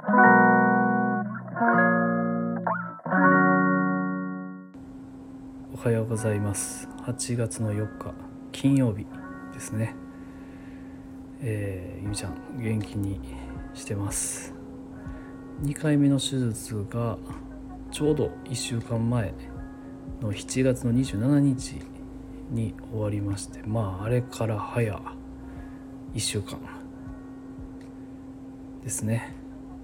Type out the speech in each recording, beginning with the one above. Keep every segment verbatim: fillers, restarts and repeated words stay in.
おはようございます。はちがつのよっか金曜日ですね。えー、ゆみちゃん元気にしてます。にかいめの手術がちょうどいっしゅうかんまえのしちがつのにじゅうしちにちに終わりまして、まああれから早いっしゅうかんですね。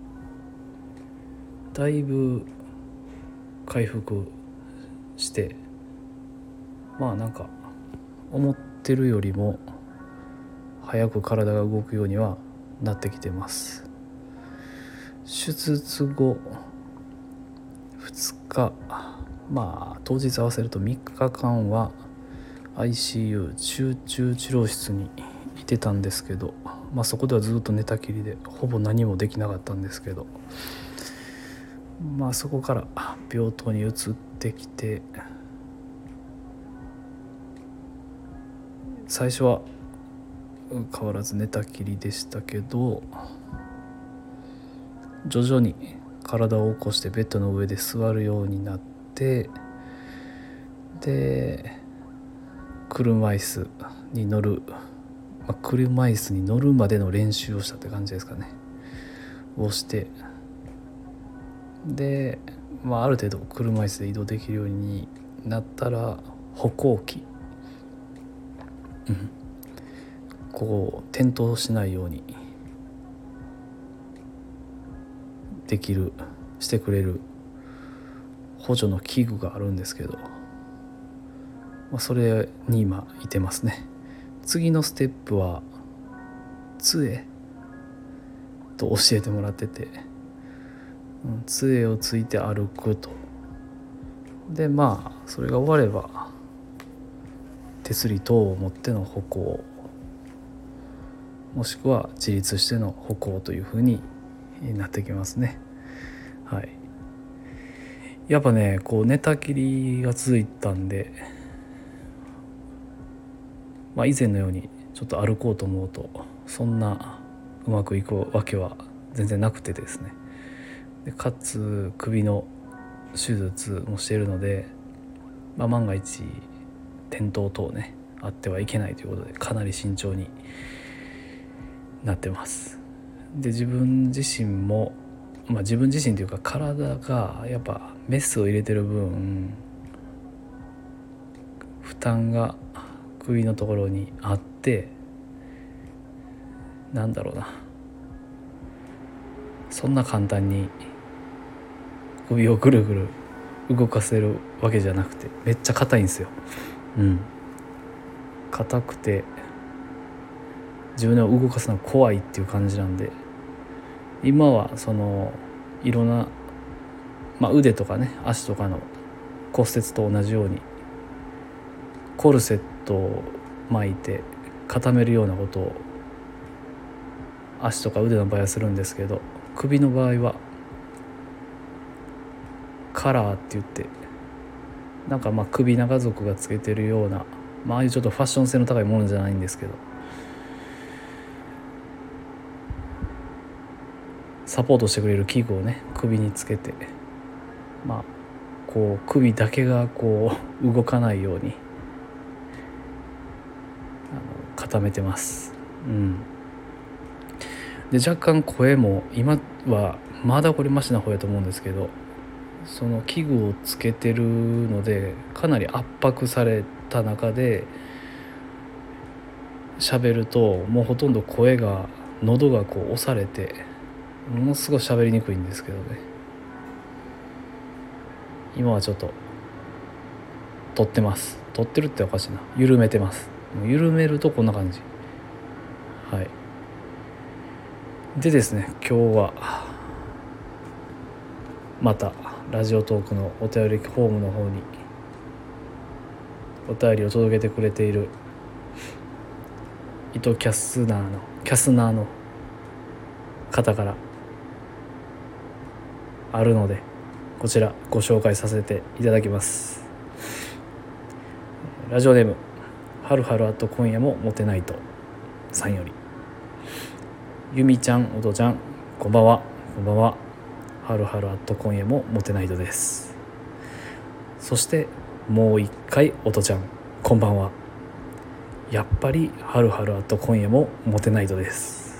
だいぶ回復してまあなんか思ってるよりも早く体が動くようにはなってきてます。手術後ふつか、まあ当日合わせるとみっかかんは アイシーユー 集中治療室にいてたんですけど、まあそこではずっと寝たきりでほぼ何もできなかったんですけど、まあそこから病棟に移ってきて、最初は変わらず寝たきりでしたけど、徐々に体を起こしてベッドの上で座るようになって、で車椅子に乗る、まあ、車椅子に乗るまでの練習をしたって感じですかねをして、で、まあ、ある程度車椅子で移動できるようになったら歩行器、うん、こう転倒しないようにできるしてくれる補助の器具があるんですけど、まあ、それに今いてますね。次のステップは杖と教えてもらってて、うん、杖をついて歩くと。でまあそれが終われば手すり等を持っての歩行、もしくは自立しての歩行というふうになってきますね。はい。やっぱねこう寝たきりが続いたんで、まあ、以前のようにちょっと歩こうと思うとそんなうまくいくわけは全然なくてですね。でかつ首の手術もしているので、まあ、万が一転倒等ねあってはいけないということでかなり慎重になってます。で自分自身も、まあ、自分自身というか体がやっぱメスを入れてる分負担が首のところにあって、なんだろうな、そんな簡単に首をぐるぐる動かせるわけじゃなくてめっちゃ硬いんですよ。うん硬くて自分を動かすのが怖いっていう感じなんで、今はそのいろんな、まあ、腕とかね足とかの骨折と同じようにコルセットを巻いて固めるようなことを足とか腕の場合はするんですけど、首の場合はカラーって言って、なんかまあ首長族がつけてるような、まあ、ああいうちょっとファッション性の高いものじゃないんですけど、サポートしてくれる器具をね首につけて、まあこう首だけがこう動かないようにあの固めてます。うんで若干声も今はまだこれマシな方やと思うんですけど、その器具をつけてるのでかなり圧迫された中で喋るともうほとんど声が喉がこう押されてものすごい喋りにくいんですけどね、今はちょっと取ってます取ってるっておかしいな緩めてます。もう緩めるとこんな感じ。はいでですね、今日はまたラジオトークのお便りフォームの方にお便りを届けてくれている糸キャスナーのキャスナーの方からあるので、こちらご紹介させていただきます。ラジオネームはるはるあと今夜もモテないとさんより、ゆみちゃんおとちゃんこんばんは。 こんばんは。はるはるアット今夜もモテナイトです。そしてもう一回音ちゃん、こんばんは。やっぱりはるはるアット今夜もモテナイトです。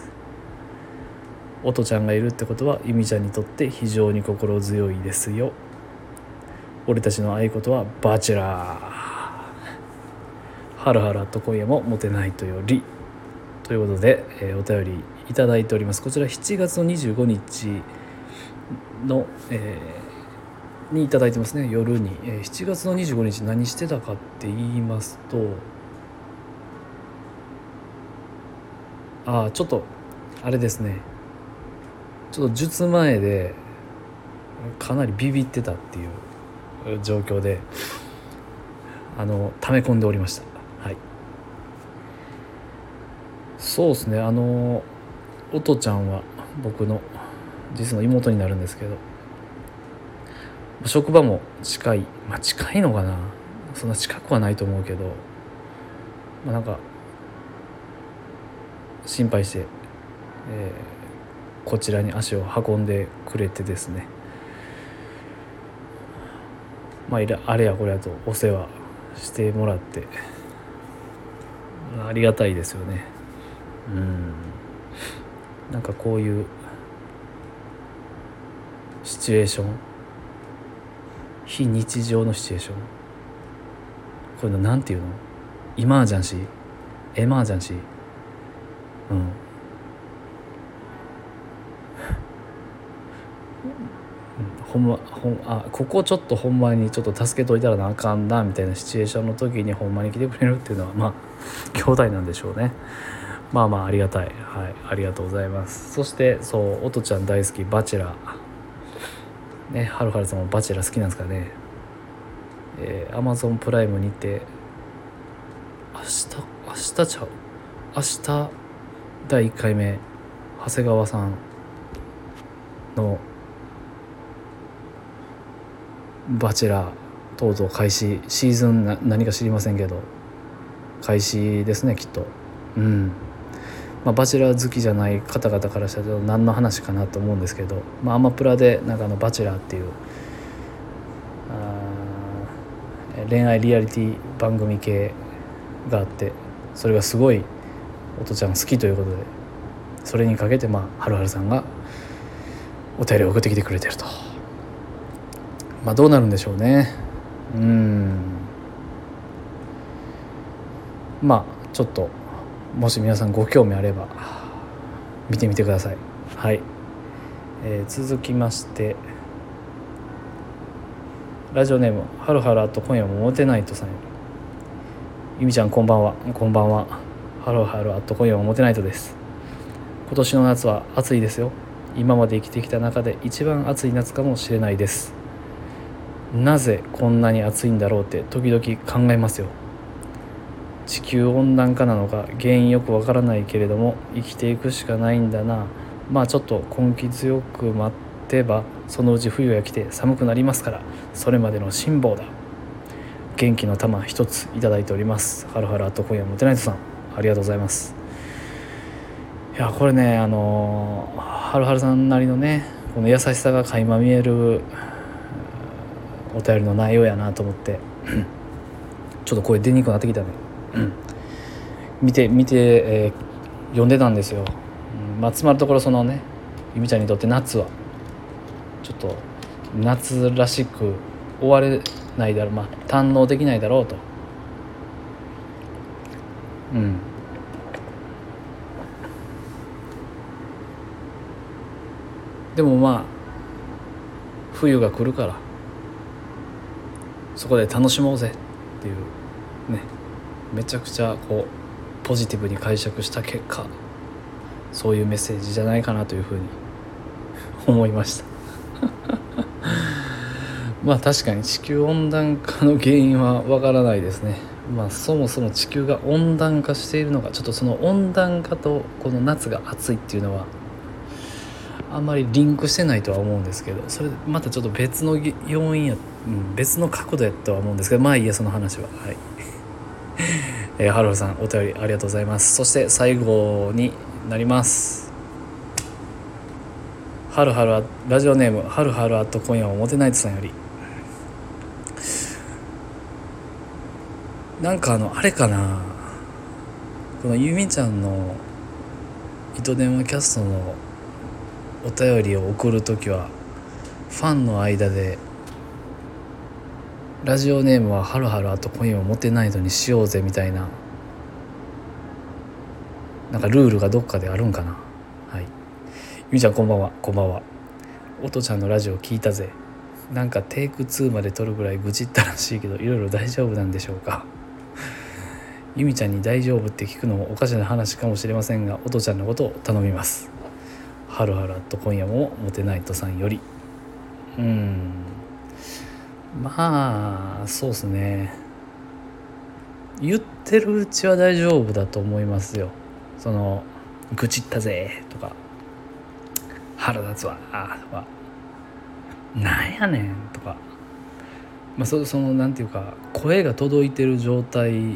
音ちゃんがいるってことはゆみちゃんにとって非常に心強いですよ。俺たちの合言葉はバチェラー。はるはるアット今夜もモテナイトよりということで、えー、お便りいただいております。こちらしちがつのにじゅうごにちの、えー、にいただいてますね。夜に、えー、しちがつのにじゅうごにち何してたかって言いますと、ああちょっとあれですね、ちょっと術前でかなりビビってたっていう状況で、あの溜め込んでおりました。はい、そうですね。あの音ちゃんは僕の実の妹になるんですけど、職場も近い、まあ近いのかな、そんな近くはないと思うけど、まあ、なんか心配して、えー、こちらに足を運んでくれてですね、まああれやこれやとお世話してもらって、ありがたいですよね。うん、なんかこういうシチュエーション、非日常のシチュエーション、こういうのなんていうの、イマージャンシー、エマージャンシー、うん、ほんまほんあここちょっとほんまにちょっと助けといたらなあかんなみたいなシチュエーションの時にほんまに来てくれるっていうのは、まあ兄弟なんでしょうね。まあまあありがたい、はい、ありがとうございます。そしてそう音ちゃん大好きバチェラーね、はるはるさんもバチェラー好きなんですかね。えー、Amazon プライムにて明日明日ちゃう明日だいいっかいめ長谷川さんのバチェラーとうとう開始、シーズンな何か知りませんけど開始ですねきっと。うん、まあ、バチェラー好きじゃない方々からしたら何の話かなと思うんですけど、まあ、アマプラでなんかあのバチェラーっていうあ恋愛リアリティ番組系があって、それがすごい音ちゃん好きということで、それにかけてまあはるはるさんがお便りを送ってきてくれてると。まあどうなるんでしょうね。うーんまあちょっともし皆さんご興味あれば見てみてください。はい、えー、続きましてラジオネームはるはるあと今夜もモテナイトさんより、ゆみちゃんこんばんは。こんばんは。はるはるあと今夜もモテナイトです。今年の夏は暑いですよ。今まで生きてきた中で一番暑い夏かもしれないです。なぜこんなに暑いんだろうって時々考えますよ。地球温暖化なのか原因よくわからないけれども生きていくしかないんだな。まあちょっと根気強く待ってばそのうち冬が来て寒くなりますから、それまでの辛抱だ。元気の玉一ついただいております。はるはるあと今夜もモテナイトさん、ありがとうございます。いやこれね、あのはるはるさんなりのねこの優しさが垣間見えるお便りの内容やなと思ってちょっと声出にくくなってきたね、うん、見て見て、えー、読んでたんですよ、うん、まあつまるところそのねゆみちゃんにとって夏はちょっと夏らしく終われないだろう、まあ堪能できないだろうと。うんでもまあ冬が来るからそこで楽しもうぜっていうね、めちゃくちゃこうポジティブに解釈した結果、そういうメッセージじゃないかなというふうに思いましたまあ確かに地球温暖化の原因はわからないですね。まあそもそも地球が温暖化しているのがちょっとその温暖化とこの夏が暑いっていうのはあんまりリンクしてないとは思うんですけど、それまたちょっと別の要因や、うん、別の角度やとは思うんですけど、まあいいやその話は。はいえー、ハローさんお便りありがとうございます。そして最後になります。 はるはるラジオネームはるはるあと今夜もモテナイトさんより、なんかあのあれかな、このゆみちゃんの糸電話キャストのお便りを送るときはファンの間でラジオネームははるはるあと今夜もモテナイトにしようぜみたいな、なんかルールがどっかであるんかな。はい、ゆみちゃんこんばんは。こんばんは。おとちゃんのラジオ聞いたぜ。なんかテイクツーまで撮るぐらい愚痴ったらしいけどいろいろ大丈夫なんでしょうか。ゆみちゃんに大丈夫って聞くのもおかしな話かもしれませんが、おとちゃんのことを頼みます。はるはると今夜もモテナイトさんより。うーんまあそうですね、言ってるうちは大丈夫だと思いますよ。その愚痴ったぜとか腹立つわとかなんやねんとか、まあ、そ, そのなんていうか声が届いてる状態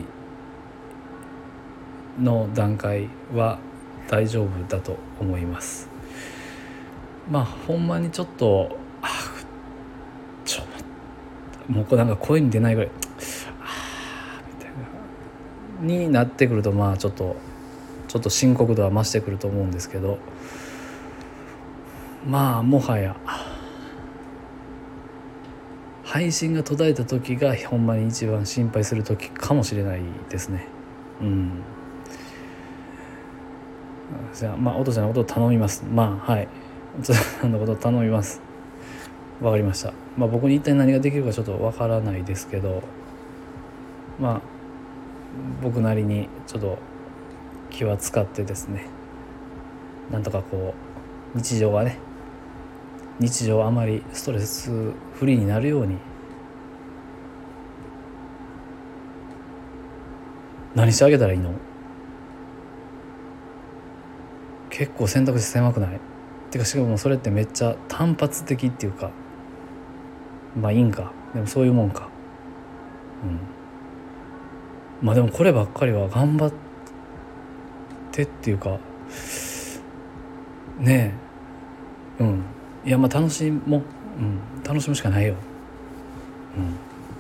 の段階は大丈夫だと思います。まあほんまにちょっとあちょもうこれなんか声に出ないぐらいあみたいなになってくると、まあちょっとちょっと深刻度は増してくると思うんですけど、まあもはや配信が途絶えた時がほんまに一番心配する時かもしれないですね。うんじゃあまあおとちゃんのことを頼みます。まあはいおとちゃんのことを頼みます。わかりました。まあ僕に一体何ができるかちょっとわからないですけど、まあ僕なりにちょっと気は使ってですね、なんとかこう日常がね日常あまりストレスフリーになるように何してあげたらいいの？結構選択肢狭くない？てかしかもそれってめっちゃ単発的っていうか、まあいいんか、でもそういうもんか。うんまあでもこればっかりは頑張ってっていうかねえ、うんいやまあ楽しもう、うん、楽しむしかないよ、うん、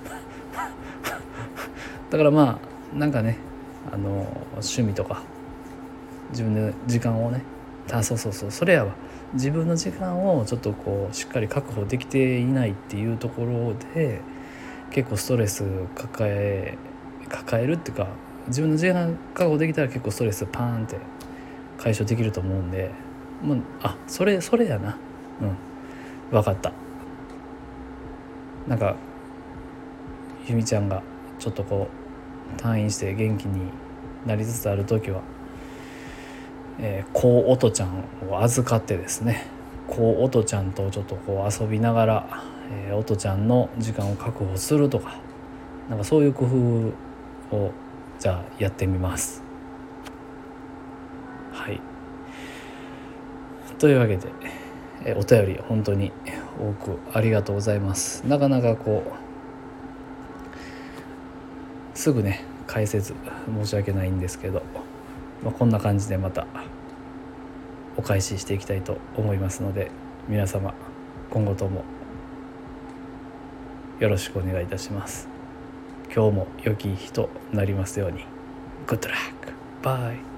だからまあなんかねあの趣味とか自分で時間をねあそうそうそうそれやわ自分の時間をちょっとこうしっかり確保できていないっていうところで結構ストレス抱え抱えるっていうか、自分の時間確保できたら結構ストレスパーンって解消できると思うんで、もうあそれそれやな、うん分かった。なんかゆみちゃんがちょっとこう退院して元気になりつつある時は、えー、こうおとちゃんを預かってですね、こうおとちゃんとちょっとこう遊びながら、えー、おとちゃんの時間を確保するとか、なんかそういう工夫をじゃあやってみます。はいというわけで、えー、お便り本当に多くありがとうございます。なかなかこうすぐね返せず申し訳ないんですけど、まあ、こんな感じでまたお返ししていきたいと思いますので、皆様今後ともよろしくお願いいたします。今日も良き日となりますように。Good luck. Bye.